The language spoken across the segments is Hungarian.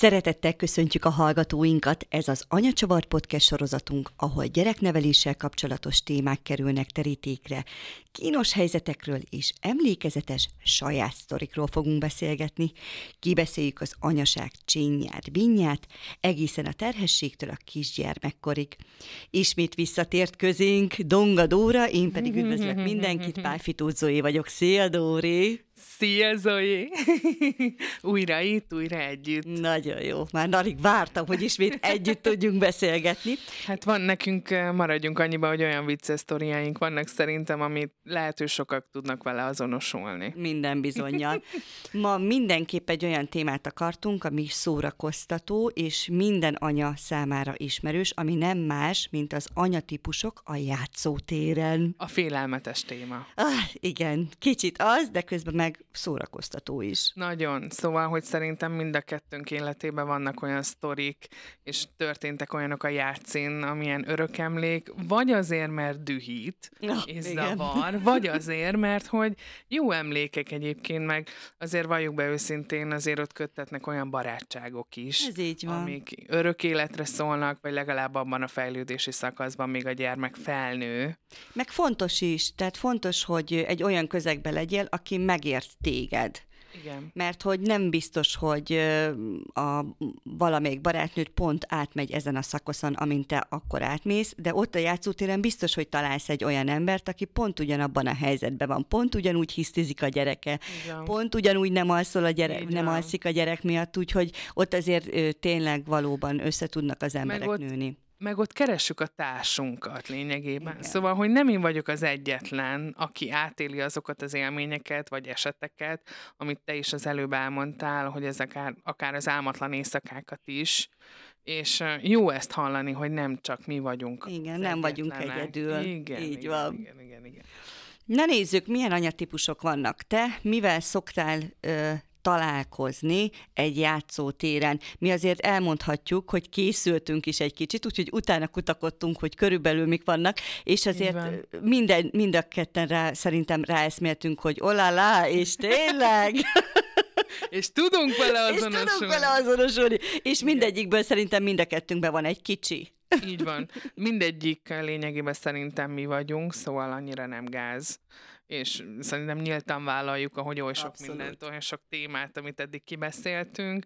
Szeretettel köszöntjük a hallgatóinkat, ez az Anyacsavart podcast sorozatunk, ahol gyerekneveléssel kapcsolatos témák kerülnek terítékre, kínos helyzetekről és emlékezetes saját sztorikról fogunk beszélgetni. Kibeszéljük az anyaság csinyát, binnyát, egészen a terhességtől a kisgyermekkorig. Ismét visszatért közénk Donga Dóra, én pedig üdvözlök mindenkit, Pálfitó Zoé vagyok. Szia, Dóri! Szia, Zoé! Újra itt, újra együtt. Nagyon jó. Már alig vártam, hogy ismét együtt tudjunk beszélgetni. Hát van nekünk, maradjunk annyiba, hogy olyan vicces sztoriáink vannak szerintem, amit lehet, hogy sokak tudnak vele azonosulni. Minden bizonnyal. Ma mindenképp egy olyan témát akartunk, ami szórakoztató, és minden anya számára ismerős, ami nem más, mint az anyatípusok a játszótéren. A félelmetes téma. Igen, kicsit az, de közben meg szórakoztató is. Nagyon. Szóval, hogy szerintem mind a kettőnk életében vannak olyan sztorik, és történtek olyanok a játszín, amilyen örökemlék, vagy azért, mert dühít, és igen. zavar, vagy azért, mert hogy jó emlékek egyébként, meg azért valljuk be őszintén, azért ott köttetnek olyan barátságok is, Ez így van. amik örök életre szólnak, vagy legalább abban a fejlődési szakaszban még a gyermek felnő. Meg fontos is, tehát fontos, hogy egy olyan közegben legyél, aki megért téged. Igen. Mert hogy nem biztos, hogy a valamelyik barátnőd pont átmegy ezen a szakaszon, amint te akkor átmész, de ott a játszótéren biztos, hogy találsz egy olyan embert, aki pont ugyanabban a helyzetben van, pont ugyanúgy hisztizik a gyereke, Igen. pont ugyanúgy nem alszol a gyerek, Így nem van. alszik a gyerek miatt, úgyhogy ott azért tényleg valóban összetudnak az emberek ott nőni. Meg ott keressük a társunkat lényegében. Igen. Szóval, hogy nem én vagyok az egyetlen, aki átéli azokat az élményeket, vagy eseteket, amit te is az előbb elmondtál, hogy ezek akár az álmatlan éjszakákat is, és jó ezt hallani, hogy nem csak mi vagyunk. Igen, az nem vagyunk egyetlenek. egyedül. Igen, Így igen, van. Igen. Na nézzük, milyen anyatípusok vannak. Te mivel szoktál találkozni egy játszótéren? Mi azért elmondhatjuk, hogy készültünk is egy kicsit, úgyhogy utána kutakodtunk, hogy körülbelül mik vannak, és azért mind a ketten szerintem ráeszméltünk, hogy olálá, és tényleg... És tudunk vele azonosulni. És mindegyikből szerintem mind a kettőnkben van egy kicsi. Így van. Mindegyik lényegében szerintem mi vagyunk, szóval annyira nem gáz. És szerintem nyíltan vállaljuk, ahogy oly sok Abszolút. mindent, olyan sok témát, amit eddig kibeszéltünk.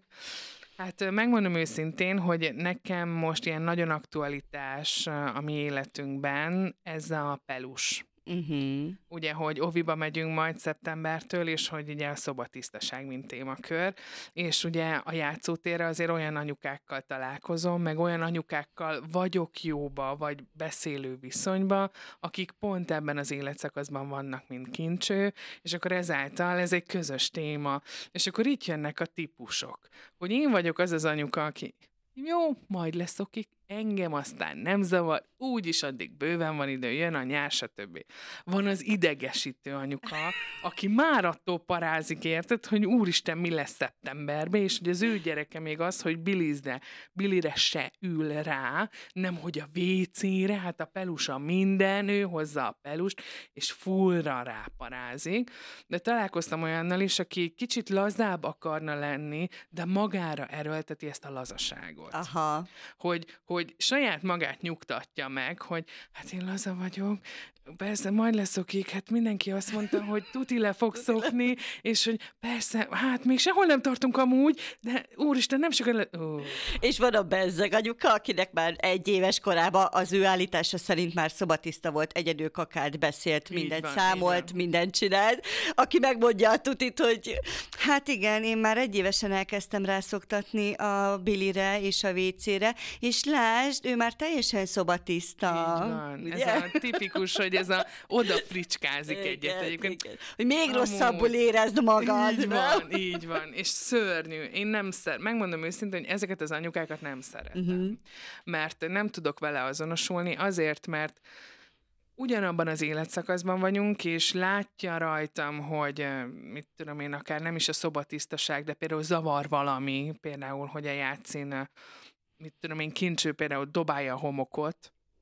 Hát megmondom őszintén, hogy nekem most ilyen nagyon aktualitás a mi életünkben ez a pelus. Uh-huh. Ugye, hogy oviba megyünk majd szeptembertől, és hogy ugye a szobatisztaság, mint témakör, és ugye a játszótérre azért olyan anyukákkal találkozom, meg olyan anyukákkal vagyok jóba, vagy beszélő viszonyba, akik pont ebben az életszakaszban vannak, mint kincső, és akkor ezáltal ez egy közös téma, és akkor itt jönnek a típusok, hogy én vagyok az az anyuka, aki jó, majd leszokik, engem aztán nem zavar, úgyis addig bőven van idő, jön a nyár, stb. Van az idegesítő anyuka, aki már attól parázik, érted, hogy úristen, mi lesz szeptemberben, és hogy az ő gyereke még az, hogy Billire se ül rá, nem hogy a WC-re, hát a pelusa minden, ő hozza a pelust, és fullra ráparázik. De találkoztam olyannal is, aki kicsit lazább akarna lenni, de magára erőlteti ezt a lazaságot. Aha. Hogy saját magát nyugtatja meg, hogy hát én laza vagyok, persze majd leszokik, hát mindenki azt mondta, hogy tuti le fog szokni, és hogy persze, hát még sehol nem tartunk amúgy, de úristen, nem sokan És van a bezzeg anyuka, akinek már 1 éves korában az ő állítása szerint már szobatiszta volt, egyedül kakált, beszélt, mindent számolt, mindent csinált, aki megmondja a tutit, hogy hát igen, én már 1 évesen elkezdtem rászoktatni a Billire és a WC-re, és lásd, ő már teljesen szobatiszta. Így van. Ugye? Ez a tipikus, hogy ez a oda fricskázik egyet. Egyébként. Igen. Hogy még rosszabbul érezd magad. Így van. És szörnyű. Én nem megmondom őszintén, hogy ezeket az anyukákat nem szeretem. Mert nem tudok vele azonosulni, azért, mert ugyanabban az életszakaszban vagyunk, és látja rajtam, hogy mit tudom én, akár nem is a szobatisztaság, de például zavar valami, például, hogy a játszín, mit tudom én, kincső például dobálja a homokot,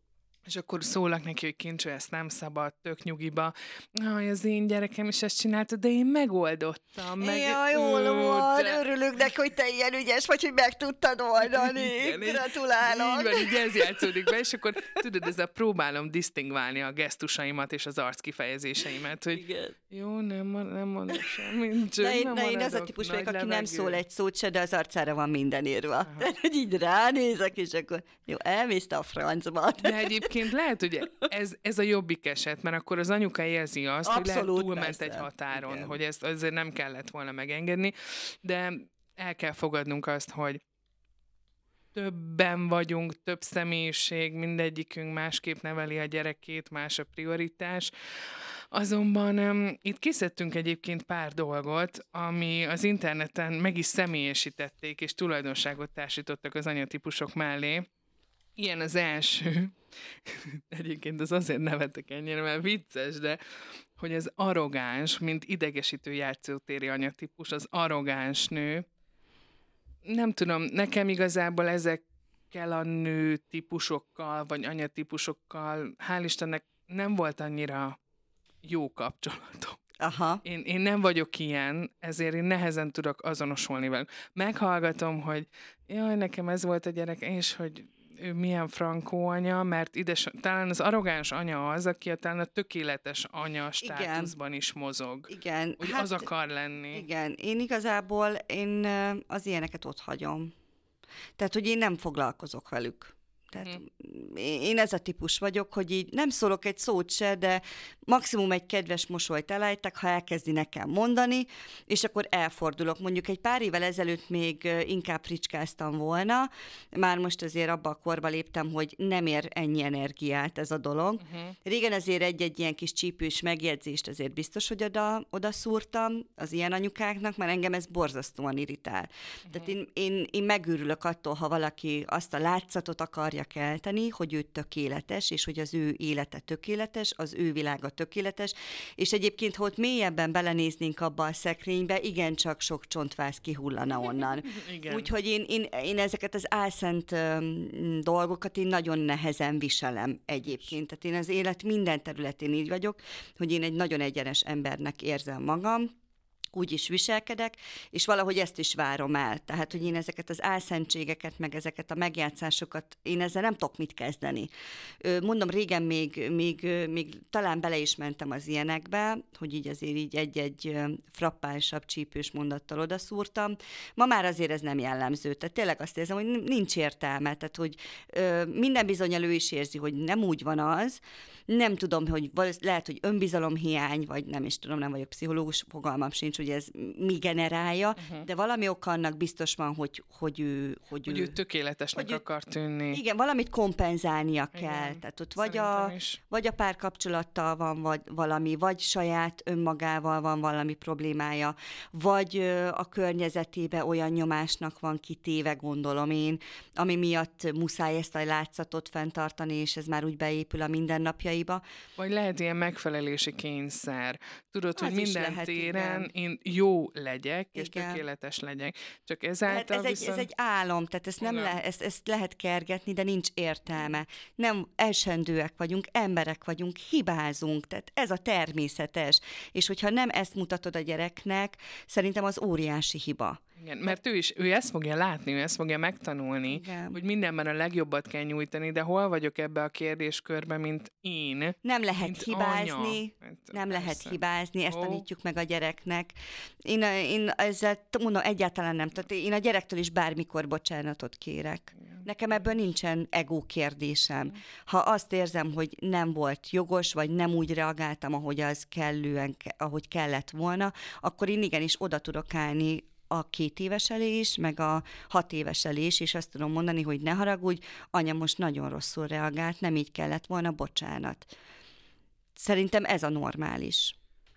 és akkor szólok neki, hogy Kincső, ezt nem szabad, tök nyugiba. Az én gyerekem is ezt csinálta, de én megoldottam. Ja, jól van, örülök neki, hogy te ilyen ügyes vagy, hogy meg tudtad oldani. Gratulálok. Így van, így ez játszódik be, és akkor tudod, ezzel próbálom disztingválni a gesztusaimat és az arckifejezéseimet, hogy igen. Jó, nem mondok semmit. Én az a típus vagyok, aki nem szól egy szót se, de az arcára van minden írva. Tehát, hogy így ránézek, és akkor jó, elmész a francba. De egyébként lehet, hogy ez a jobbik eset, mert akkor az anyuka érzi azt, abszolút, hogy lehet túlment persze. Egy határon, igen. Hogy ezt azért nem kellett volna megengedni, de el kell fogadnunk azt, hogy többen vagyunk, több személyiség, mindegyikünk másképp neveli a gyerekét, más a prioritás. Azonban itt kiszedtünk egyébként pár dolgot, ami az interneten meg is személyesítették, és tulajdonságot társítottak az anyatípusok mellé. Ilyen az első. Egyébként az azért nevetek ennyire, mert vicces, de hogy az arrogáns, mint idegesítő játszótéri anyatípus, az arrogáns nő. Nem tudom, nekem igazából ezekkel a nő típusokkal, vagy anyatípusokkal, hál' Istennek nem volt annyira jó kapcsolatom. Aha. Én nem vagyok ilyen, ezért én nehezen tudok azonosulni velük. Meghallgatom, hogy jaj, nekem ez volt a gyerek, és hogy ő milyen frankó anya, mert talán az arrogáns anya az, aki talán a tökéletes anya státuszban is mozog. Igen. Hogy az akar lenni. Igen. Én igazából az ilyeneket ott hagyom. Tehát, hogy én nem foglalkozok velük. Tehát én ez a típus vagyok, hogy így nem szólok egy szót se, de maximum egy kedves mosolyt elejtek, ha elkezdi nekem mondani, és akkor elfordulok. Mondjuk egy pár évvel ezelőtt még inkább fricskáztam volna, már most azért abba a korba léptem, hogy nem ér ennyi energiát ez a dolog. Régen azért egy-egy ilyen kis csípős megjegyzést azért biztos, hogy oda szúrtam az ilyen anyukáknak, mert engem ez borzasztóan irritál. Tehát én megőrülök attól, ha valaki azt a látszatot akarja kelteni, hogy ő tökéletes, és hogy az ő élete tökéletes, az ő világa tökéletes, és egyébként, ha ott mélyebben belenéznénk abba a szekrénybe, igencsak sok csontváz kihullana onnan. Úgyhogy én ezeket az álszent dolgokat én nagyon nehezen viselem egyébként. Tehát én az élet minden területén így vagyok, hogy én egy nagyon egyenes embernek érzem magam, úgy is viselkedek, és valahogy ezt is várom el. Tehát, hogy én ezeket az álszentségeket, meg ezeket a megjátszásokat, én ezzel nem tudok mit kezdeni. Mondom, régen még talán bele is mentem az ilyenekbe, hogy így azért így egy-egy frappánsabb, csípős mondattal odaszúrtam. Ma már azért ez nem jellemző. Tehát tényleg azt érzem, hogy nincs értelme. Tehát, hogy minden bizonnyal ő is érzi, hogy nem úgy van az. Nem tudom, hogy lehet, hogy önbizalomhiány, vagy nem is tudom, nem vagyok pszichológus, fogalmam sincs, hogy ez mi generálja, de valami ok annak biztos van, hogy ő tökéletesnek akar tűnni. Igen, valamit kompenzálnia kell. Igen, tehát ott vagy a párkapcsolattal van valami, vagy saját önmagával van valami problémája, vagy a környezetébe olyan nyomásnak van kitéve, gondolom én, ami miatt muszáj ezt a látszatot fenntartani, és ez már úgy beépül a mindennapjaiba. Vagy lehet ilyen megfelelési kényszer. Tudod, hogy minden téren én jó legyek, és tökéletes legyek. Csak ezáltal ez egy álom, tehát ezt lehet kergetni, de nincs értelme. Nem elsendőek vagyunk, emberek vagyunk, hibázunk, tehát ez a természetes. És hogyha nem ezt mutatod a gyereknek, szerintem az óriási hiba. Igen, mert ő ezt fogja látni, ő ezt fogja megtanulni, igen, hogy mindenben a legjobbat kell nyújtani, de hol vagyok ebbe a kérdéskörbe, mint én? Nem lehet hibázni, ezt tanítjuk meg a gyereknek. Én ezzel mondom, egyáltalán nem. Tehát én a gyerektől is bármikor bocsánatot kérek. Nekem ebből nincsen ego kérdésem. Ha azt érzem, hogy nem volt jogos, vagy nem úgy reagáltam, ahogy kellett volna, akkor én igenis oda tudok állni a 2 éves elé is, meg a 6 éves elé is, és azt tudom mondani, hogy ne haragudj, anya most nagyon rosszul reagált, nem így kellett volna, bocsánat. Szerintem ez a normális.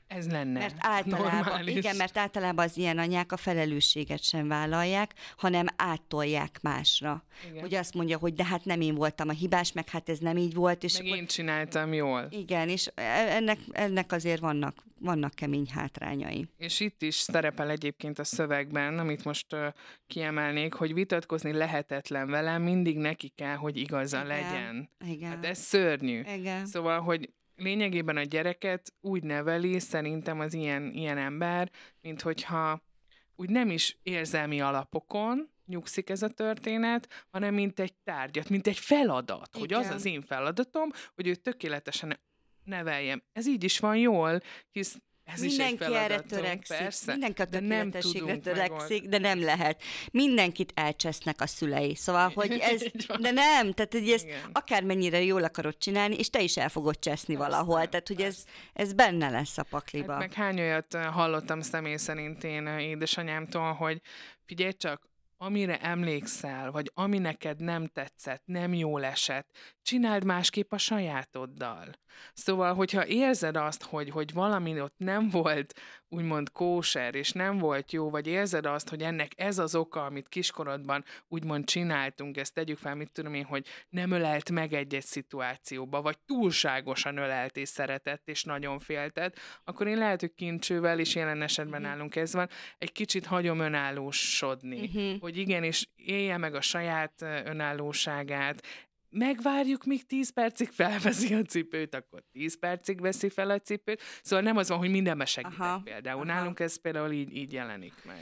Ez lenne mert általában, igen, mert általában az ilyen anyák a felelősséget sem vállalják, hanem áttolják másra. Igen. Hogy azt mondja, hogy de hát nem én voltam a hibás, meg hát ez nem így volt. És meg én csináltam jól. Igen, és ennek azért vannak kemény hátrányai. És itt is szerepel egyébként a szövegben, amit most kiemelnék, hogy vitatkozni lehetetlen velem, mindig neki kell, hogy igaza legyen. Igen. Hát ez szörnyű. Igen. Szóval, hogy lényegében a gyereket úgy neveli szerintem az ilyen ember, mint hogyha úgy nem is érzelmi alapokon nyugszik ez a történet, hanem mint egy tárgyat, mint egy feladat, Igen. hogy az az én feladatom, hogy őt tökéletesen neveljem. Ez így is van jól, hisz ez mindenki is egy erre feladatunk, törekszik, persze, mindenki a tökéletességre törekszik, megoldani. de nem lehet. Mindenkit elcsesznek a szülei. Szóval, hogy ez, de nem, tehát hogy ezt Igen. akármennyire jól akarod csinálni, és te is el fogod cseszni valahol. Tehát, hogy ez benne lesz a pakliba. Hát meg hány olyat hallottam személy szerint én édesanyámtól, hogy figyelj csak, amire emlékszel, vagy ami neked nem tetszett, nem jól esett, csináld másképp a sajátoddal. Szóval, hogyha érzed azt, hogy valami ott nem volt úgymond kóser, és nem volt jó, vagy érzed azt, hogy ennek ez az oka, amit kiskorodban úgymond csináltunk, ezt tegyük fel, mit tudom én, hogy nem ölelt meg egy szituációba, vagy túlságosan ölelt és szeretett, és nagyon féltett, akkor én lehet, hogy kincsővel, és jelen esetben nálunk ez van, egy kicsit hagyom önállósodni. Hogy igenis élje meg a saját önállóságát, megvárjuk, míg 10 percig felveszi a cipőt, akkor 10 percig veszi fel a cipőt. Szóval nem az van, hogy mindenben segítek például. Nálunk ez például így jelenik meg.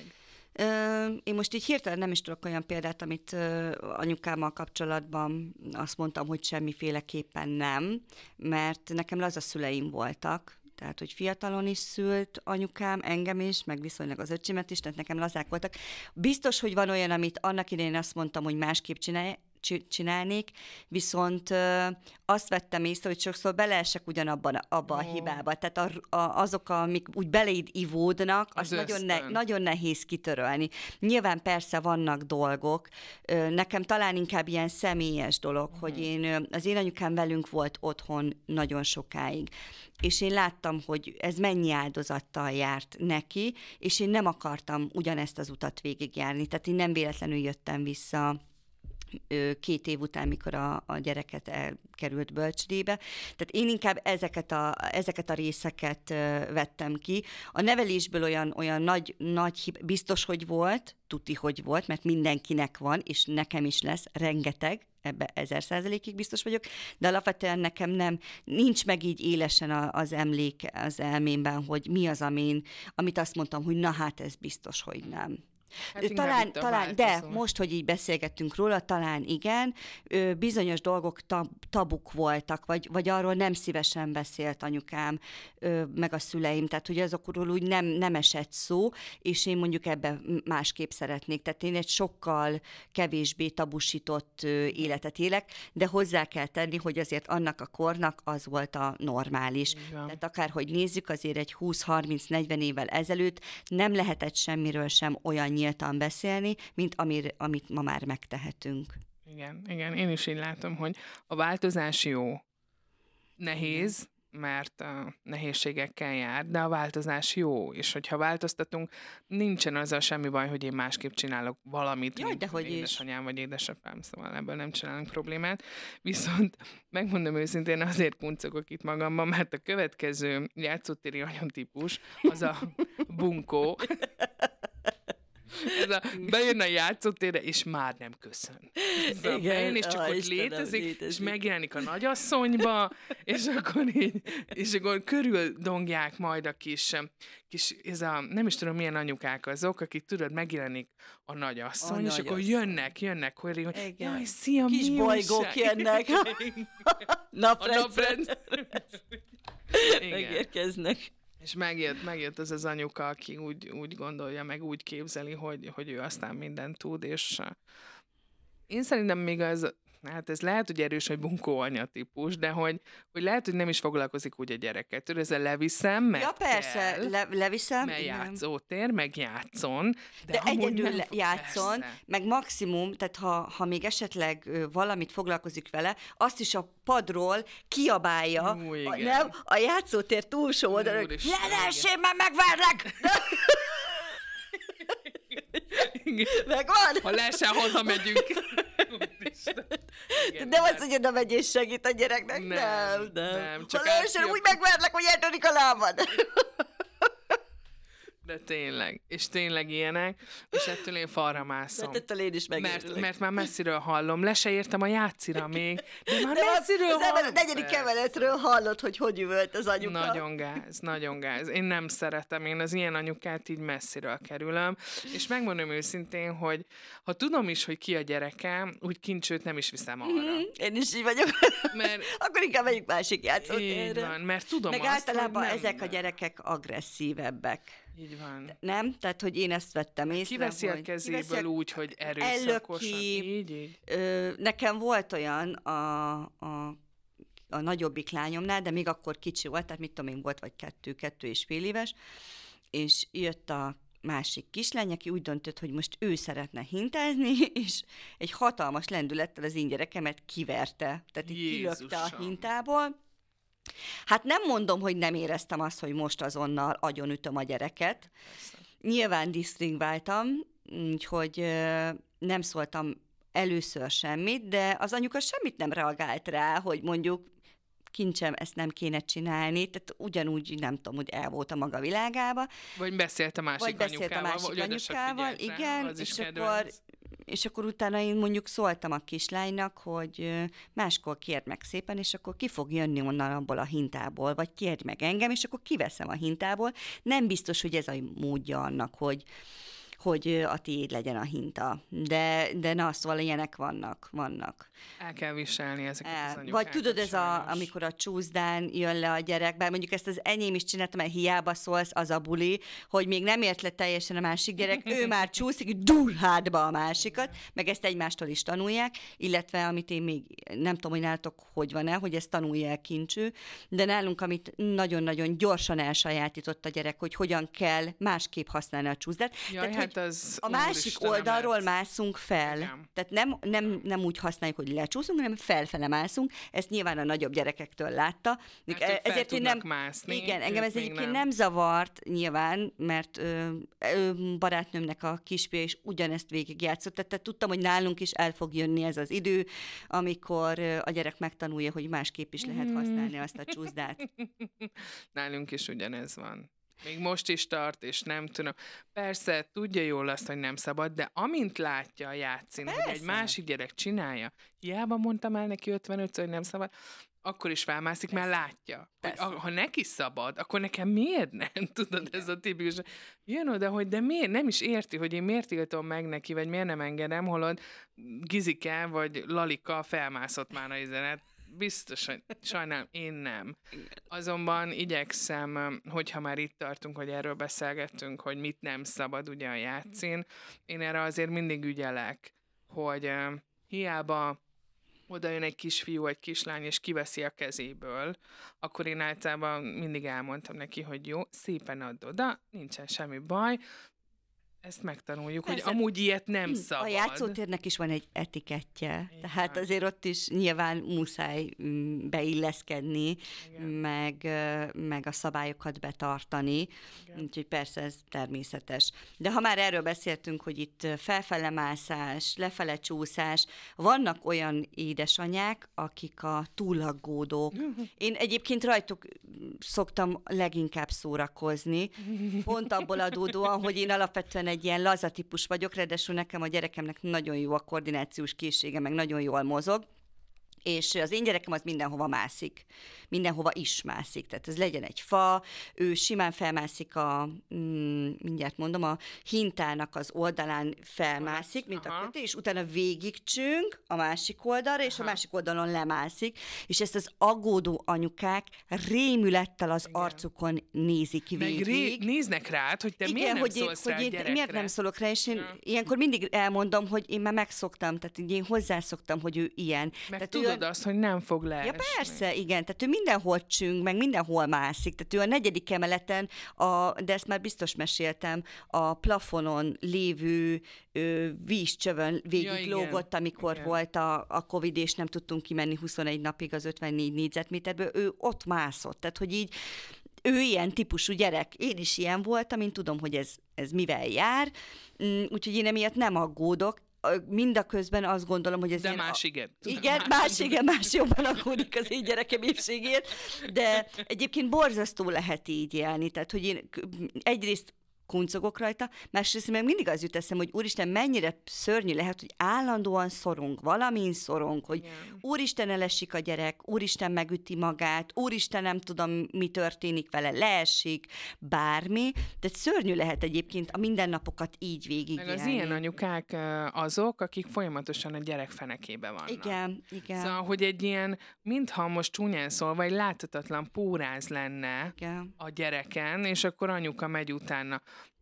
Én most így hirtelen nem is tudok olyan példát, amit anyukámmal kapcsolatban azt mondtam, hogy semmiféleképpen nem, mert nekem lazaszüleim voltak, tehát, hogy fiatalon is szült anyukám, engem is, meg viszonylag az öcsimet is, tehát nekem lazák voltak. Biztos, hogy van olyan, amit annak idején azt mondtam, hogy másképp csinálnék, viszont azt vettem észre, hogy sokszor beleesek ugyanabba a hibába. Tehát azok, amik úgy beléd ivódnak, az nagyon nehéz kitörölni. Nyilván persze vannak dolgok, nekem talán inkább ilyen személyes dolog, hogy az én anyukám velünk volt otthon nagyon sokáig, és én láttam, hogy ez mennyi áldozattal járt neki, és én nem akartam ugyanezt az utat végigjárni. Tehát én nem véletlenül jöttem vissza 2 év után, mikor a gyereket elkerült bölcsődébe. Tehát én inkább ezeket a részeket vettem ki. A nevelésből olyan nagy biztos, hogy volt, tuti, hogy volt, mert mindenkinek van, és nekem is lesz, rengeteg, ebbe 1000%-ig biztos vagyok, de alapvetően nekem nincs meg így élesen az emlék az elmémben, hogy mi az, amit azt mondtam, hogy na hát ez biztos, hogy nem. Hát talán, de most, hogy így beszélgettünk róla, talán igen, bizonyos dolgok tabuk voltak, vagy arról nem szívesen beszélt anyukám, meg a szüleim, tehát hogy azokról úgy nem esett szó, és én mondjuk ebben másképp szeretnék. Tehát én egy sokkal kevésbé tabusított életet élek, de hozzá kell tenni, hogy azért annak a kornak az volt a normális. Tehát akárhogy nézzük, azért egy 20-30-40 évvel ezelőtt nem lehetett semmiről sem olyan nyíltan beszélni, mint amit ma már megtehetünk. Igen, én is így látom, hogy a változás jó. Nehéz, mert nehézségekkel jár, de a változás jó, és hogyha változtatunk, nincsen azzal semmi baj, hogy én másképp csinálok valamit, mint édesanyám vagy édesapám, szóval ebből nem csinálunk problémát. Viszont megmondom őszintén, azért kuncogok itt magamban, mert a következő játszótéri anyatípus az a bunkó. Bejön a játszótérre, és már nem köszön. Bejön, és csak ott létezik, és megjelenik a nagyasszonyba, és akkor körül dongják majd a kis nem is tudom, milyen anyukák azok, akik tudod, megjelenik a nagyasszony, és akkor jönnek, hogy jaj, szia, kis bolygók jönnek. Naprendszer. Megérkeznek. És megjött az anyuka, aki úgy gondolja, meg úgy képzeli, hogy ő aztán mindent tud, és én szerintem még hát ez lehet, hogy erős, hogy bunkó anyatípus, de hogy lehet, hogy nem is foglalkozik úgy a gyereket. Tudod, ezzel leviszem, meg ja, persze, kell, leviszem. meg játszótér, meg játszon. De egyedül játszon, meg maximum, tehát ha még esetleg valamit foglalkozik vele, azt is a padról kiabálja, nem, a játszótér túlsó oldalra, hogy Lenessé, már megverlek! Megvan? Ha lesen, hazamegyünk. Nem az, hogy oda megy és segít a gyereknek, nem. Csak ha lesen, úgy megverlek, hogy eltörik a lábad. De tényleg, és tényleg ilyenek, és ettől én falra mászom. Ettől én is mert már messziről hallom, le se értem a játszira még, de már messziről hallom. A 4. emeletről hallod, hogy üvölt az anyuka. Nagyon gáz. Én nem szeretem, én az ilyen anyukát így messziről kerülöm, és megmondom őszintén, hogy ha tudom is, hogy ki a gyerekem, úgy kincsőt nem is viszem arra. Én is így vagyok. Mert akkor inkább megyünk másik játszótérre. Így van, mert tudom meg azt, általában hogy ezek a gyerekek agresszívebbek. Így van. Nem? Tehát, hogy én ezt vettem észre, kiveszi a kezéből úgy, hogy erőszakosan. Így. Nekem volt olyan a nagyobbik lányomnál, de még akkor kicsi volt, tehát mit tudom én, volt vagy 2,5 éves, és jött a másik kislány, aki úgy döntött, hogy most ő szeretne hintázni, és egy hatalmas lendülettel az én gyerekemet kiverte. Tehát így kilökte a hintából. Hát nem mondom, hogy nem éreztem azt, hogy most azonnal agyonütöm a gyereket. Persze. Nyilván disztingváltam, úgyhogy nem szóltam először semmit, de az anyuka semmit nem reagált rá, hogy mondjuk kincsem, ezt nem kéne csinálni, tehát ugyanúgy, nem tudom, hogy el volt a maga világába. Vagy beszélt a másik anyukával, igen, és akkor utána én mondjuk szóltam a kislánynak, hogy máskor kérd meg szépen, és akkor ki fog jönni onnan abból a hintából, vagy kérd meg engem, és akkor kiveszem a hintából. Nem biztos, hogy ez a módja annak, hogy a tiéd legyen a hinta. De na, szóval ilyenek vannak. El kell viselni ezeket az anyukákat. Vagy tudod, ez amikor a csúszdán jön le a gyerek, bár mondjuk ezt az enyém is csináltam, mert hiába szólsz, az a buli, hogy még nem ért le teljesen a másik gyerek, ő már csúszik, dúl hátba a másikat, meg ezt egymástól is tanulják, illetve amit én még nem tudom, hogy nálatok hogy van-e, hogy ezt tanulja el Kincső, de nálunk, amit nagyon-nagyon gyorsan elsajátított a gyerek, hogy hogyan kell másképp használni a csúszdát. Jaj, tehát, az a másik oldalról mászunk fel. Igen. Tehát nem úgy használjuk, hogy lecsúszunk, hanem felfele mászunk. Ezt nyilván a nagyobb gyerekektől látta. Ezért én nem mászni. Igen, engem ez egyébként nem zavart nyilván, mert barátnőmnek a kisfia is ugyanezt végigjátszott. Tehát tudtam, hogy nálunk is el fog jönni ez az idő, amikor a gyerek megtanulja, hogy másképp is lehet használni azt a csúszdát. Nálunk is ugyanez van. Még most is tart, és nem tudom. Persze, tudja jól azt, hogy nem szabad, de amint látja a játszín, hogy egy másik gyerek csinálja, hiába mondtam el neki 55-ször, hogy nem szabad, akkor is felmászik, mert látja. Hogy ha neki szabad, akkor nekem miért nem? Tudod, ez a tipikus. Jön oda, hogy de miért? Nem is érti, hogy én miért tiltom meg neki, vagy miért nem engedem, holod Gizike vagy Lalika felmászott már a üzenet. Biztos, hogy sajnálom, én nem. Azonban igyekszem, hogyha már itt tartunk, hogy erről beszélgettünk, hogy mit nem szabad ugye a játszín, én erre azért mindig ügyelek, hogy hiába oda jön egy kisfiú, egy kislány, és kiveszi a kezéből, akkor én általában mindig elmondtam neki, hogy jó, szépen add oda, nincsen semmi baj, ezt megtanuljuk, persze, hogy amúgy ilyet nem szabad. A játszótérnek is van egy etikettje, tehát azért ott is nyilván muszáj beilleszkedni, meg a szabályokat betartani, úgyhogy persze ez természetes. De ha már erről beszéltünk, hogy itt felfelemászás, lefele csúszás, vannak olyan édesanyák, akik a túlaggódók. Én egyébként rajtuk szoktam leginkább szórakozni, pont abból adódóan, hogy én alapvetően egy ilyen laza típus vagyok, ráadásul nekem a gyerekemnek nagyon jó a koordinációs készsége, meg nagyon jól mozog, és az én gyerekem az mindenhova mászik. Mindenhova is mászik. Tehát ez legyen egy fa, ő simán felmászik mindjárt mondom, a hintának az oldalán felmászik, mint a kötő, és utána végigcsünk a másik oldalra, és a másik oldalon lemászik, és ezt az aggódó anyukák rémülettel az arcukon nézik végig. Néznek rád, hogy te miért nem szólsz rá a gyerekre. Miért nem szólok rá, és én ilyenkor mindig elmondom, hogy én már megszoktam, tehát én hozzászoktam, hogy ő ilyen. Meg tudod azt, hogy nem fog leesni. Ja persze, igen, tehát ő mindenhol csüng, meg mindenhol mászik, tehát ő a 4. emeleten, de ezt már biztos meséltem, a plafonon lévő vízcsövön végig lógott, amikor volt a Covid, és nem tudtunk kimenni 21 napig az 54 négyzetméterből, ő ott mászott, tehát hogy így ő ilyen típusú gyerek, én is ilyen voltam, én tudom, hogy ez mivel jár, úgyhogy én emiatt nem aggódok, mindaközben azt gondolom, hogy ez de más igen. Igen, más jobban aggódik az én gyerekem épségért, de egyébként borzasztó lehet így élni, tehát hogy én egyrészt kuncogok rajta, másrészt meg mindig az jut eszem, hogy úristen, mennyire szörnyű lehet, hogy állandóan szorong, valamin szorong, hogy úristen elesik a gyerek, úristen megüti magát, úristen nem tudom, mi történik vele, leesik, bármi, tehát szörnyű lehet egyébként a mindennapokat így végigélni. Meg az ilyen anyukák azok, akik folyamatosan a gyerek fenekébe vannak. Igen. Szóval, hogy egy ilyen, mintha most csúnyán szólva, egy láthatatlan póráz lenne a gyereken, és akkor anyuka megy utána.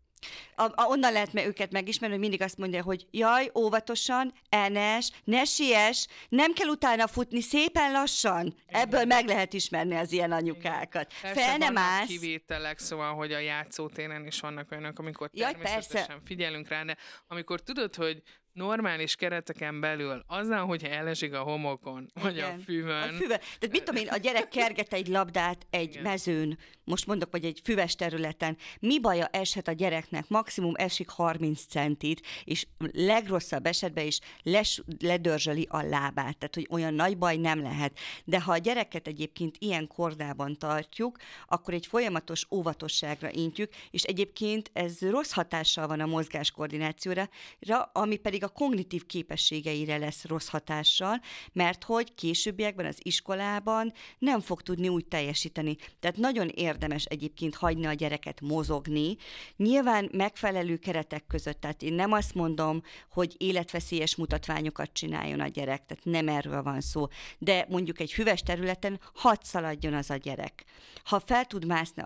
Onnan lehet őket megismerni, hogy mindig azt mondja, hogy jaj, óvatosan, Enes, ne siess, nem kell utána futni, szépen lassan. Igen. Ebből meg lehet ismerni az ilyen anyukákat. Persze fel nem állsz. Kivételek, szóval, hogy a játszótéren is vannak olyanok, amikor természetesen figyelünk rá, de amikor tudod, hogy normális kereteken belül, azzal, hogyha elesik a homokon, vagy a füvön. Tehát mit tudom én, a gyerek kerget egy labdát egy mezőn, most mondok, vagy egy füves területen, mi baja eshet a gyereknek? Maximum esik 30 centit, és legrosszabb esetben is ledörzsöli a lábát, tehát hogy olyan nagy baj nem lehet. De ha a gyereket egyébként ilyen kordában tartjuk, akkor egy folyamatos óvatosságra intjük, és egyébként ez rossz hatással van a mozgáskoordinációra, ami pedig a kognitív képességeire lesz rossz hatással, mert hogy későbbiekben az iskolában nem fog tudni úgy teljesíteni. Tehát nagyon érdemes egyébként hagyni a gyereket mozogni, nyilván megfelelő keretek között, tehát én nem azt mondom, hogy életveszélyes mutatványokat csináljon a gyerek, tehát nem erről van szó, de mondjuk egy füves területen hadd szaladjon az a gyerek. Ha fel tud mászni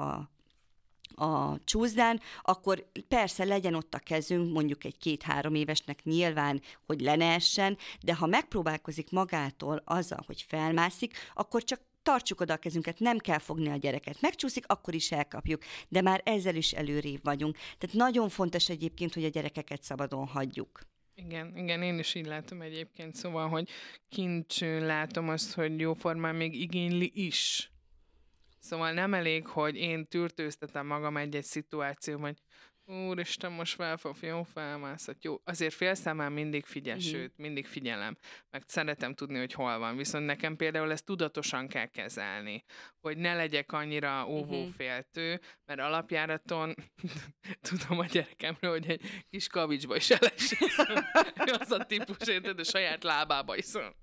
a csúszdán, akkor persze legyen ott a kezünk, mondjuk egy 2-3 évesnek nyilván, hogy le ne essen, de ha megpróbálkozik magától azzal, hogy felmászik, akkor csak tartsuk oda a kezünket, nem kell fogni a gyereket. Megcsúszik, akkor is elkapjuk, de már ezzel is előrébb vagyunk. Tehát nagyon fontos egyébként, hogy a gyerekeket szabadon hagyjuk. Igen, én is így látom egyébként, szóval, hogy kincs látom azt, hogy jóformán még igényli is. Szóval nem elég, hogy én tűrtőztetem magam egy szituációban, hogy úristen, most jó, felmászhat, jó. Azért félszemmel mindig sőt, mindig figyelem, meg szeretem tudni, hogy hol van. Viszont nekem például ezt tudatosan kell kezelni, hogy ne legyek annyira óvóféltő, mert alapjáraton tudom a gyerekemről, hogy egy kis kavicsba is elesik. Az a típus, érted, a saját lábába is szól.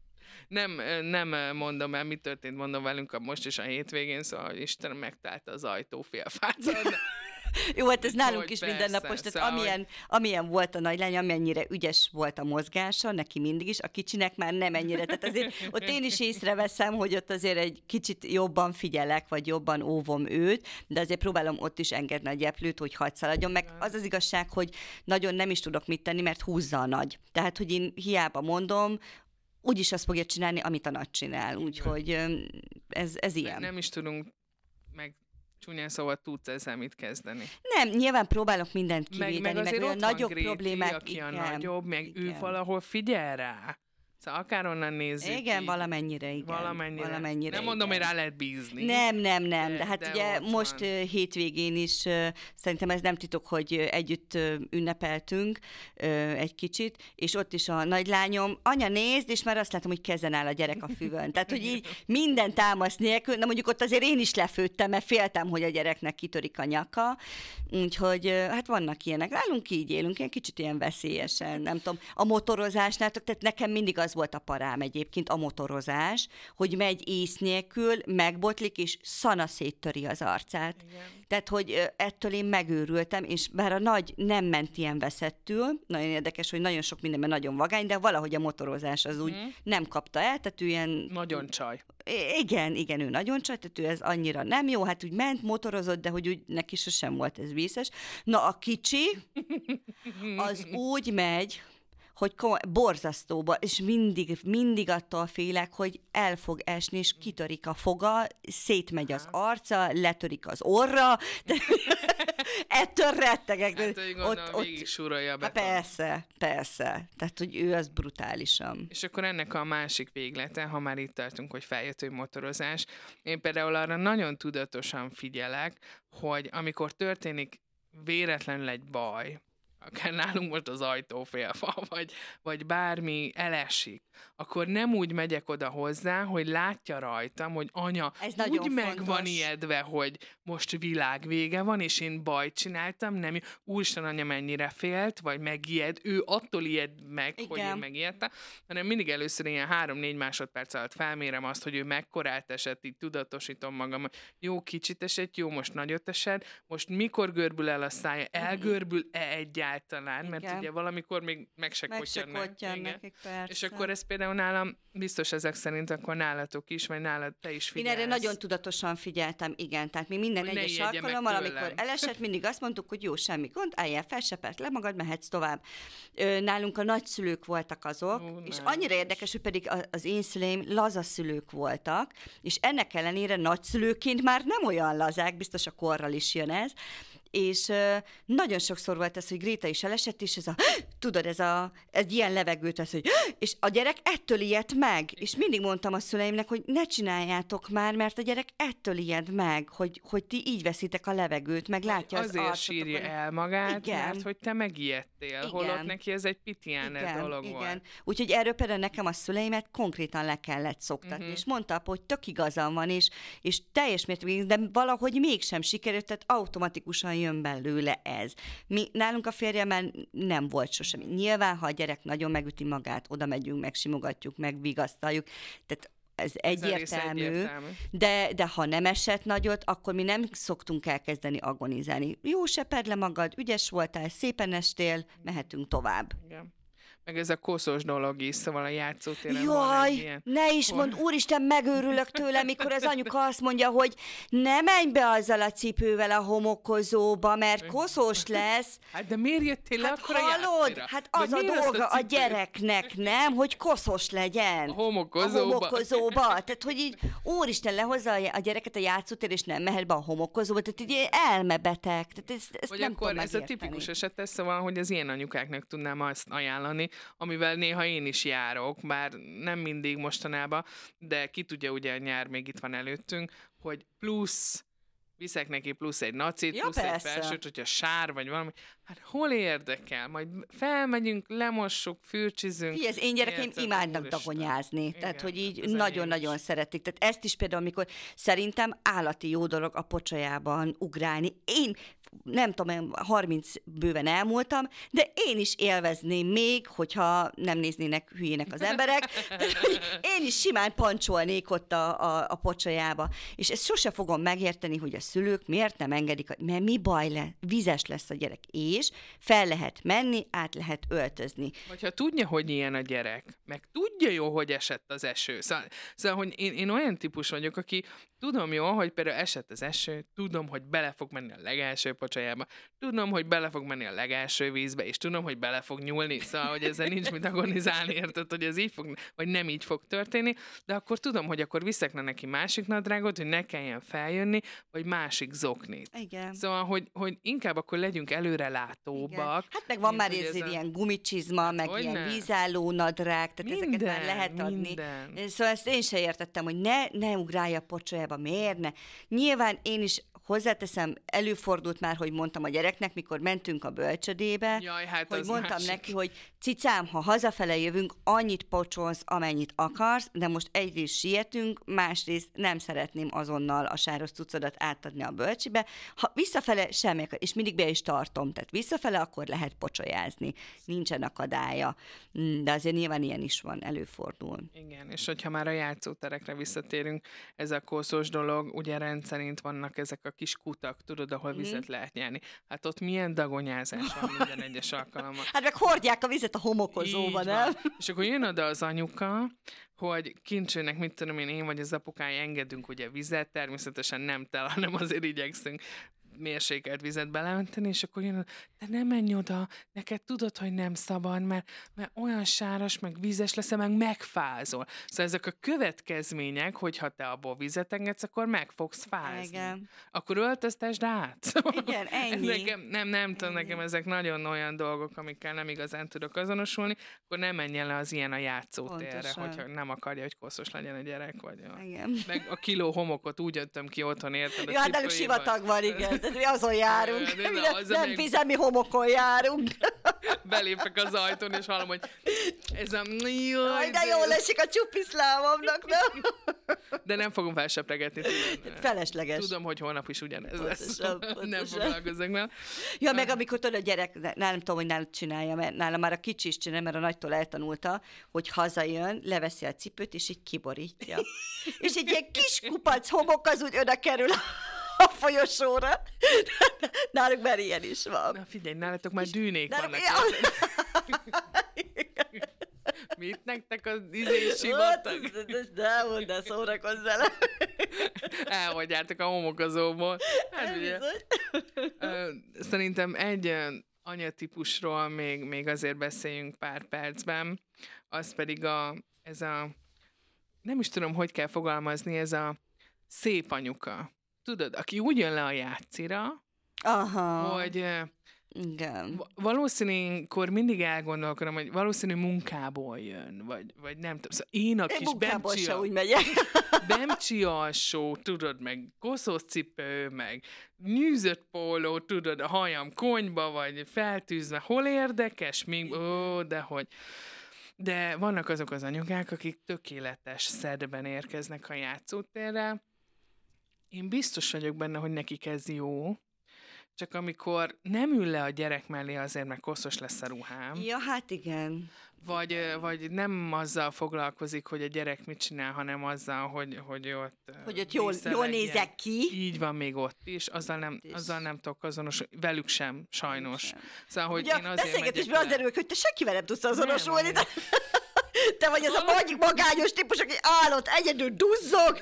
Nem mondom el, mi történt, mondom velünk most is a hétvégén, szóval Isten megtalálta az ajtófélfát. Jó, hát ez nálunk is mindennapos, tehát szóval, amilyen volt a nagylány, amennyire ügyes volt a mozgása, neki mindig is, a kicsinek már nem ennyire, tehát azért ott én is észreveszem, hogy ott azért egy kicsit jobban figyelek, vagy jobban óvom őt, de azért próbálom ott is engedni a gyeplőt, hogy hadd szaladjon, meg az az igazság, hogy nagyon nem is tudok mit tenni, mert húzza a nagy. Tehát, hogy én hiába mondom, úgyis azt fogja csinálni, amit a nagy csinál. Úgyhogy ez ilyen. Nem is tudunk, meg csúnyán szóval tudsz ezzel mit kezdeni. Nem, nyilván próbálok mindent kivédeni, meg azért olyan nagyobb Gréti, problémák. Aki a nagyobb, meg ő valahol figyel rá. Szóval akárhonnan nézzük. Igen, így, valamennyire. Nem mondom, hogy rá lehet bízni. Nem. De hát ugye most hétvégén is szerintem ez nem titok, hogy együtt ünnepeltünk egy kicsit, és ott is a nagylányom, anya nézd, és már azt látom, hogy kezen áll a gyerek a füvön. Tehát, hogy így minden támasz nélkül, na mondjuk ott azért én is lefőttem, mert féltem, hogy a gyereknek kitörik a nyaka, úgyhogy hát vannak ilyenek. Nálunk így élünk, ilyen kicsit ilyen veszélyesen, nem tudom. A motorozásnál, tehát nekem mindig az az volt a parám egyébként, a motorozás, hogy megy ész nélkül, megbotlik, és szana széttöri az arcát. Igen. Tehát, hogy ettől én megőrültem, és bár a nagy nem ment ilyen veszettül, nagyon érdekes, hogy nagyon sok mindenben nagyon vagány, de valahogy a motorozás az úgy nem kapta el, tehát ő ilyen... Nagyon csaj. Igen, ő nagyon csaj, tehát ő ez annyira nem jó, hát úgy ment, motorozott, de hogy úgy neki sosem volt ez vészes. Na, a kicsi, az úgy megy, hogy borzasztóba, és mindig attól félek, hogy el fog esni, és kitörik a foga, szétmegy az arca, letörik az orra, de ettől rettegek. Hát, hogy gondolom, végig súrolja a beton. Persze. Tehát, hogy ő az brutálisan. És akkor ennek a másik véglete, ha már itt tartunk, hogy feljöttő motorozás, én például arra nagyon tudatosan figyelek, hogy amikor történik véletlenül egy baj, akár nálunk most az ajtófélfa, vagy bármi elesik, akkor nem úgy megyek oda hozzá, hogy látja rajtam, hogy anya ez úgy meg van ijedve, hogy most világvége van, és én bajt csináltam, nem, úristen anya mennyire félt, vagy megijed, ő attól ijed meg, igen, hogy én megijedtem, hanem mindig először ilyen 3-4 másodperc alatt felmérem azt, hogy ő mekkorát esett, így tudatosítom magam, hogy jó, kicsit esett, jó, most nagyot esett, most mikor görbül el a szája, elgörbül-e egyáltalán, mert igen, ugye valamikor még meg se kottyan nekik, és akkor ez például nálam, biztos ezek szerint akkor nálatok is, vagy nálad te is figyelsz. Én erre nagyon tudatosan figyeltem, igen, tehát mi minden egyes alkalommal, amikor elesett, mindig azt mondtuk, hogy jó, semmi gond, álljál fel, sepert le magad, mehetsz tovább. Nálunk a nagyszülők voltak azok, és annyira érdekes, hogy pedig az én szüleim laza szülők voltak, és ennek ellenére nagyszülőként már nem olyan lazák, biztos a korral is jön ez, és nagyon sokszor volt ez, hogy Gréta is elesett, és egy ilyen levegőt az, hogy és a gyerek ettől ijedt meg, és mindig mondtam a szüleimnek, hogy ne csináljátok már, mert a gyerek ettől ijed meg, hogy ti így veszitek a levegőt, meg látja az arcotok. Azért sírja el magát, igen, mert hogy te megijedtél, igen, holott neki ez egy pitiáner dolog volt. Úgyhogy erről például nekem a szüleimet konkrétan le kellett szoktatni, és mondta apa, hogy tök igazam van, és teljes mértékben, de valahogy mégsem sikerült, tehát automatikusan jön belőle ez. Nálunk a férjemmel nem volt sosem. Nyilván, ha a gyerek nagyon megüti magát, oda megyünk, megsimogatjuk, megvigasztaljuk, tehát ez egyértelmű, de ha nem esett nagyot, akkor mi nem szoktunk elkezdeni agonizálni. Jó, seperd le magad, ügyes voltál, szépen estél, mehetünk tovább. Igen. Meg ez a koszos dolog is, szóval a játszótéren van egy ilyen... ne is mondd, úristen, megőrülök tőle, mikor az anyuka azt mondja, hogy ne menj be azzal a cipővel a homokozóba, mert koszos lesz. Hát de miért jöttél le akkor hallod? A játszóra? Hát az a dolga a gyereknek, nem? Hogy koszos legyen. A homokozóba. Tehát, hogy így úristen lehozza a gyereket a játszótér, és nem mehet be a homokozóba. Tehát így elmebeteg. Tehát ezt nem akkor ez a tipikus eset, szóval, hogy az ilyen anyukáknak tudnám azt ajánlani, amivel néha én is járok, bár nem mindig mostanában, de ki tudja, ugye a nyár még itt van előttünk, hogy viszek neki plusz egy nacit, plusz persze, egy felsőt, hogyha sár vagy valami, hát hol érdekel? Majd felmegyünk, lemossuk, fürcsizünk. Az én gyerekeim imádnak dagonyázni, igen, tehát hogy így nagyon-nagyon szeretik. Tehát ezt is például, amikor szerintem állati jó dolog a pocsolyában ugrálni. Én nem tudom, 30 bőven elmúltam, de én is élvezném még, hogyha nem néznének hülyének az emberek, én is simán pancsolnék ott a pocsolyába. És ezt sose fogom megérteni, hogy a szülők miért nem engedik, mert mi baj vizes lesz a gyerek, és fel lehet menni, át lehet öltözni. Hogyha tudja, hogy ilyen a gyerek, meg tudja jó, hogy esett az eső. Szóval hogy én olyan típus vagyok, aki tudom jó, hogy például esett az eső, tudom, hogy bele fog menni a legelső pocsolyába, tudom, hogy bele fog menni a legelső vízbe, és tudom, hogy bele fog nyúlni, szóval, hogy ezzel nincs mit agonizálni, érted, hogy ez így fog, vagy nem így fog történni, de akkor tudom, hogy akkor viszek neki másik nadrágot, hogy ne kelljen feljönni, vagy másik zoknit. Igen. Szóval, hogy inkább akkor legyünk előrelátóbbak. Igen. Hát meg van már ilyen gumicsizma, meg ilyen vízálló nadrág, tehát ezeket már lehet adni. Szóval ezt én sem értettem, hogy ne ugrálja a pocsolyába, miért ne? Nyilván én is hozzáteszem, előfordult már, hogy mondtam a gyereknek, mikor mentünk a bölcsödébe, Jaj, hát hogy az mondtam másik. neki, hogy cicám, ha hazafele jövünk, annyit pocsolsz, amennyit akarsz, de most egyrészt sietünk, másrészt nem szeretném azonnal a sáros cuccodat átadni a bölcsibe. Ha visszafele semmi, és mindig be is tartom, tehát visszafele akkor lehet pocsolyázni, nincsen akadálya. De azért nyilván ilyen is van, előfordul. Igen, és hogyha már a játszóterekre visszatérünk, ez a koszos dolog, ugye rendszerint vannak ezek a kis kutak, tudod, ahol vizet lehet nyerni. Hát ott milyen dagonyázás van minden egyes alkalommal. Hát meg hordják a vizet a homokozóba, nem? És akkor jön oda az anyuka, hogy kincsőnek, mit tudom én vagy az apukája engedünk ugye vizet, természetesen nem tel, hanem azért igyekszünk mérsékelt vizet beleönteni, és akkor jön, de nem menj oda, neked tudod, hogy nem szabad, mert olyan sáros, meg vízes lesz, meg megfázol. Szóval ezek a következmények, hogyha te abból vizet engedsz, akkor meg fogsz fázni. Igen. Akkor öltöztesd át. Igen, ennyi. Nem tudom, nekem ezek nagyon olyan dolgok, amikkel nem igazán tudok azonosulni, akkor nem menjen le az ilyen a játszótérre, Pontosan. hogyha nem akarja, hogy koszos legyen a gyerek, vagy Igen. meg a kiló homokot úgy öntöm ki otthon, érted? Ja, nálunk sivatag van, igen. Tehát mi azon járunk. De Mi az nem még- vízen, mi homokon járunk. Belépek az ajtón, és hallom, hogy ez a... Jaj, de jól esik a csupiszlámomnak, nem? De nem fogom felsepregetni. Tudom, Felesleges. tudom, hogy holnap is ugyanez lesz. Pontosan. Nem foglalkozok vele. Ja, meg amikor tudod, a gyerek, nem tudom, hogy nálad csinálja, mert nála már a kicsi is csinálja, mert a nagytól eltanulta, hogy hazajön, leveszi a cipőt, és így kiborítja. És egy ilyen kis kupac homok az úgy oda kerül a folyosóra. Náluk már ilyen is van. Na figyelj, nálatok már dűnék Náluk- vannak. Ja. Mit nektek az sivatag? De szórakozz vele. Elhagyjátok a homokozóból. Hát Nem ugye, bizony. szerintem egy anyatípusról még azért beszéljünk pár percben, az pedig ez a, nem is tudom, hogy kell fogalmazni, ez a szép anyuka. Tudod, aki úgy jön le a játszira, Aha. hogy Igen. valószínűkor mindig elgondolkodom, hogy valószínű munkából jön, vagy nem tudom. Szóval én a Én kis munkából se úgy megyek. Bemcsi alsó, tudod, meg koszos cipő, meg nyűzött póló, tudod, a hajam konyba, vagy feltűzve. Hol érdekes? Még, dehogy. De vannak azok az anyukák, akik tökéletes szedben érkeznek a játszótérre. Én biztos vagyok benne, hogy nekik ez jó, csak amikor nem ül le a gyerek mellé azért, mert koszos lesz a ruhám, Ja, hát igen. vagy nem azzal foglalkozik, hogy a gyerek mit csinál, hanem azzal, hogy ott... Hogy ott jól díszelődjen. nézek ki. Így van még ott is, azzal nem tudok azonos, velük sem, sajnos. Sem. Szóval, hogy Ugye én a azért beszélgetésben megyek az le. derül, hogy te senkivel nem tudsz azonosulni. Nem, Te vagy az a magányos típus, aki állott, egyedül duzzog.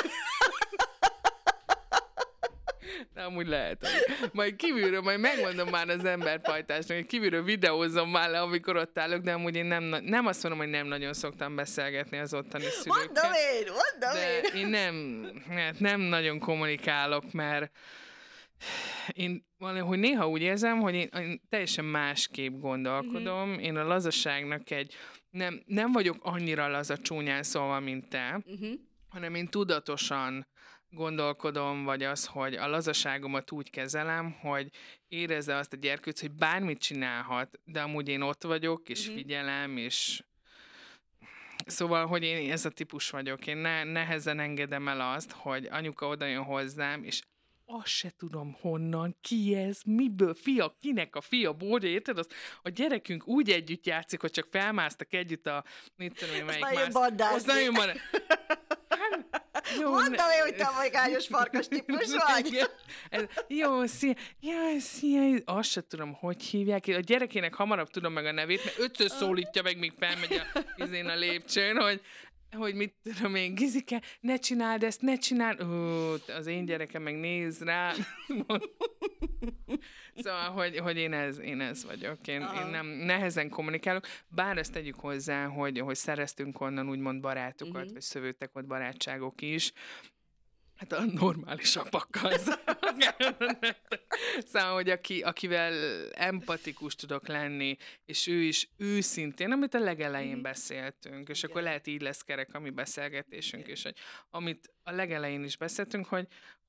De amúgy lehet, hogy majd kívülről, majd megmondom már az emberpajtásnak, hogy kívülről videózom már le, amikor ott állok, de amúgy én nem azt mondom, hogy nem nagyon szoktam beszélgetni az ottani szülőkkel. Mondom én. De én nem nagyon kommunikálok, mert én valahogy néha úgy érzem, hogy én teljesen másképp gondolkodom. Én a lazaságnak nem vagyok annyira laza csúnyán szólva, mint te, hanem én tudatosan gondolkodom, vagy az, hogy a lazaságomat úgy kezelem, hogy érezze azt a gyerkőc, hogy bármit csinálhat, de amúgy én ott vagyok, és figyelem, és szóval, hogy én ez a típus vagyok. Én nehezen engedem el azt, hogy anyuka odajön hozzám, és azt se tudom honnan, ki ez, miből, kinek a fia, bódja, érted? A gyerekünk úgy együtt játszik, hogy csak felmásztak együtt mit tudom én, melyik nagyon bandázni. Az nagyon bandázni. Mondom én, hogy te a magányos farkas típus vagy. Jó, szia. Azt se tudom, hogy hívják. A gyerekének hamarabb tudom meg a nevét, mert 5-ször szólítja meg, míg felmegy a lépcsőn, hogy mit tudom én, Gizike, ne csináld ezt, ne csináld. Az én gyerekem meg néz rá. Szóval, hogy én ez vagyok. Én nem nehezen kommunikálok, bár ezt tegyük hozzá, hogy szereztünk onnan úgymond barátokat, vagy szövődtek ott barátságok is. Hát a normális apakkal. Szóval, hogy akivel empatikus tudok lenni, és ő is őszintén, amit a legelején beszéltünk, és akkor lehet így lesz kerek a mi beszélgetésünk, és hogy amit a legelején is beszéltünk,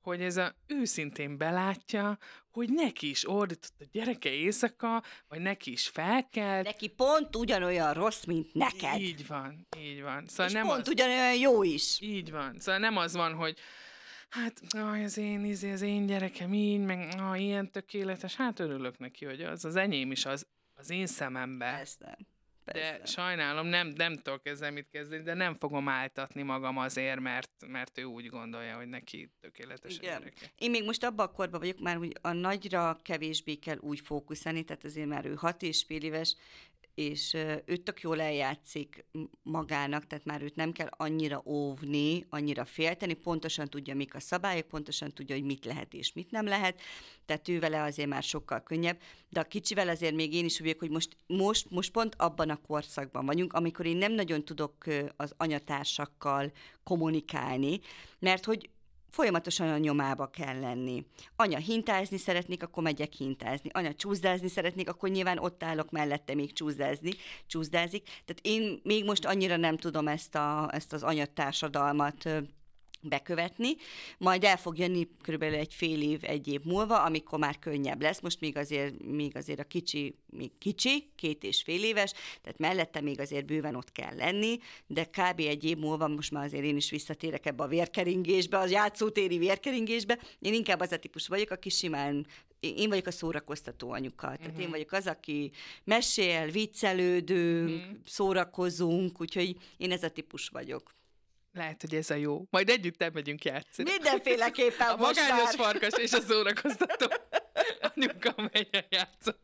hogy ez a őszintén belátja, hogy neki is ordított a gyereke éjszaka, vagy neki is felkelt. Neki pont ugyanolyan rossz, mint neked. Így van, így van. Szóval és nem pont ugyanolyan jó is. Így van. Szóval nem az van, hogy hát az én gyerekem így, meg ilyen tökéletes, hát örülök neki, hogy az enyém is az én szemembe. Persze. De sajnálom, nem tudok ezzel mit kezdeni, de nem fogom áltatni magam azért, mert ő úgy gondolja, hogy neki tökéletes a gyereke. Én még most abban a korban vagyok, már úgy a nagyra kevésbé kell úgy fókuszálni, tehát azért már ő 6 és fél éves, és ő tök jól eljátszik magának, tehát már őt nem kell annyira óvni, annyira félteni, pontosan tudja, mik a szabályok, pontosan tudja, hogy mit lehet és mit nem lehet, tehát ő vele azért már sokkal könnyebb, de a kicsivel azért még én is úgy vagyok, hogy most pont abban a korszakban vagyunk, amikor én nem nagyon tudok az anyatársakkal kommunikálni, mert hogy folyamatosan a nyomába kell lenni. Anya hintázni szeretnék, akkor megyek hintázni. Anya csúszdázni szeretnék, akkor nyilván ott állok mellette még csúszdázik. Tehát én még most annyira nem tudom ezt az anyatársadalmat bekövetni, majd el fog jönni körülbelül egy év múlva, amikor már könnyebb lesz. Most még azért a kicsi, 2,5 éves, tehát mellette még azért bőven ott kell lenni, de kb. Egy év múlva most már azért én is visszatérek ebbe a vérkeringésbe, az játszótéri vérkeringésbe. Én inkább az a típus vagyok, aki simán én vagyok a szórakoztató anyuka. Tehát én vagyok az, aki mesél, viccelődünk, szórakozunk, úgyhogy én ez a típus vagyok. Lehet, hogy ez a jó. Majd együtt elmegyünk játszani. Mindenféleképpen a most magányos farkas és a szórakoztató anyuka megy a játszott.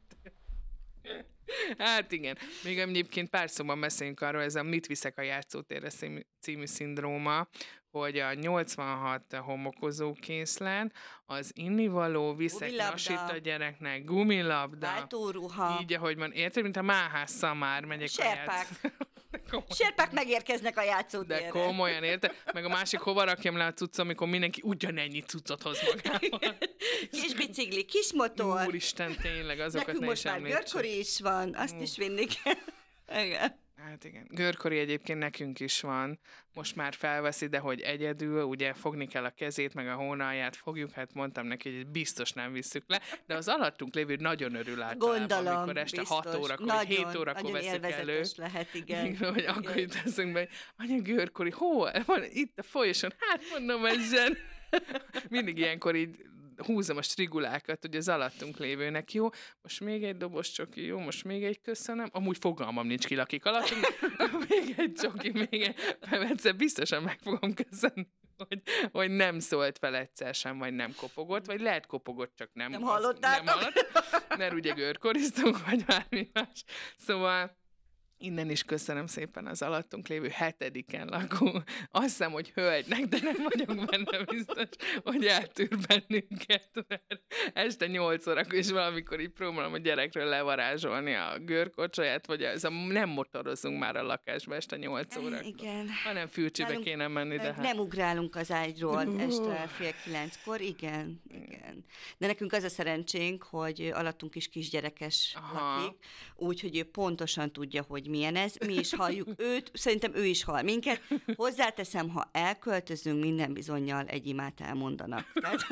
Hát igen. Még egyébként pár szóban beszélünk arról, ez a Mit viszek a játszótérre című szindróma, hogy a 86 homokozókészlet, az innivaló, viszek nasit a gyereknek, gumilabda, váltóruha, így ahogy van, érted, mint a máház szamár megyek serpák. Serpák megérkeznek a játszótérre. De komolyan, érted? Meg a másik, hova rakjam le a cuccot, amikor mindenki ugyanennyi cuccot hoz magával. Kis bicikli, kis motor. Úristen, tényleg, azokat nekünk ne is most már görkori is van, azt is vinni kell. Igen. Hát igen. Görkori egyébként nekünk is van. Most már felveszi, de hogy egyedül, ugye fogni kell a kezét, meg a hónalját fogjuk, hát mondtam neki, hogy biztos nem visszük le, de az alattunk lévő nagyon örül általában, gondolom, amikor este biztos. 6 órakor, nagyon, 7 órakor veszik elő. Lehet, igen. Hogy akkor jut eszünkbe, hogy anya Görkori, hol? Van itt a folyosón, hát mondom, ezen. Mindig ilyenkor így húzom a strigulákat, hogy az alattunk lévőnek, jó, most még egy dobos csoki, jó, most még egy köszönöm, amúgy fogalmam nincs ki lakik alattunk, még egy csoki, még egy, egyszer biztosan meg fogom köszönni, hogy nem szólt fel egyszer sem, vagy nem kopogott, vagy lehet kopogott, csak nem hallottátok? Mert ugye görkoriztunk, vagy bármi más. Szóval innen is köszönöm szépen az alattunk lévő 7. lakó. Azt hiszem, hogy hölgynek, de nem vagyok benne biztos, hogy eltűr bennünket, mert este 8 órakor is valamikor így próbálom a gyerekről levarázsolni a görkocsaját, vagy nem motorozunk már a lakásba este 8 órakor. Igen. Hanem Fürcsibe kéne menni, de hát... Nem ugrálunk az ágyról este 8:30-kor, igen. De nekünk az a szerencsénk, hogy alattunk is kisgyerekes lakik, úgyhogy ő pontosan tudja, hogy milyen ez. Mi is halljuk őt, szerintem ő is hall minket. Hozzáteszem, ha elköltözünk, minden bizonnyal egy imát elmondanak. Tehát,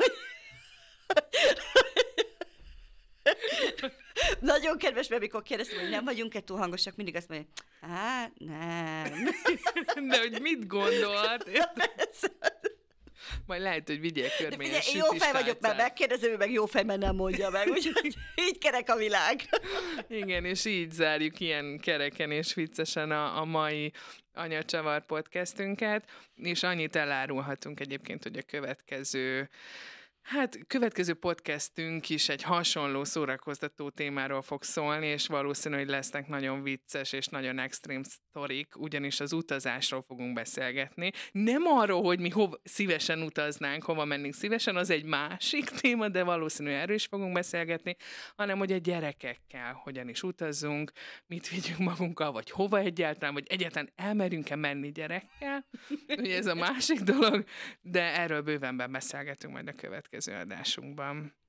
nagyon kedves, mert amikor kérdeztem, hogy nem vagyunk-e túl hangosak, mindig azt mondja, hát nem. De hogy mit gondolt? Majd lehet, hogy vigyél körbe ilyen én jó fej vagyok, mert megkérdezem, ő meg jó fej, mert nem mondja meg. Úgyhogy így kerek a világ. Igen, és így zárjuk ilyen kereken és viccesen a mai Anyacsavar podcastünket, és annyit elárulhatunk egyébként, hogy a következő podcastünk is egy hasonló szórakoztató témáról fog szólni, és valószínű, hogy lesznek nagyon vicces és nagyon extrém sztorik, ugyanis az utazásról fogunk beszélgetni. Nem arról, hogy mi szívesen utaznánk, hova mennénk szívesen, az egy másik téma, de valószínű erről is fogunk beszélgetni, hanem hogy a gyerekekkel hogyan is utazzunk, mit vigyünk magunkkal, vagy hova egyáltalán, vagy egyáltalán elmerünk-e menni gyerekkel. Ugye ez a másik dolog, de erről bővenben beszélgetünk majd a következő adásunkban.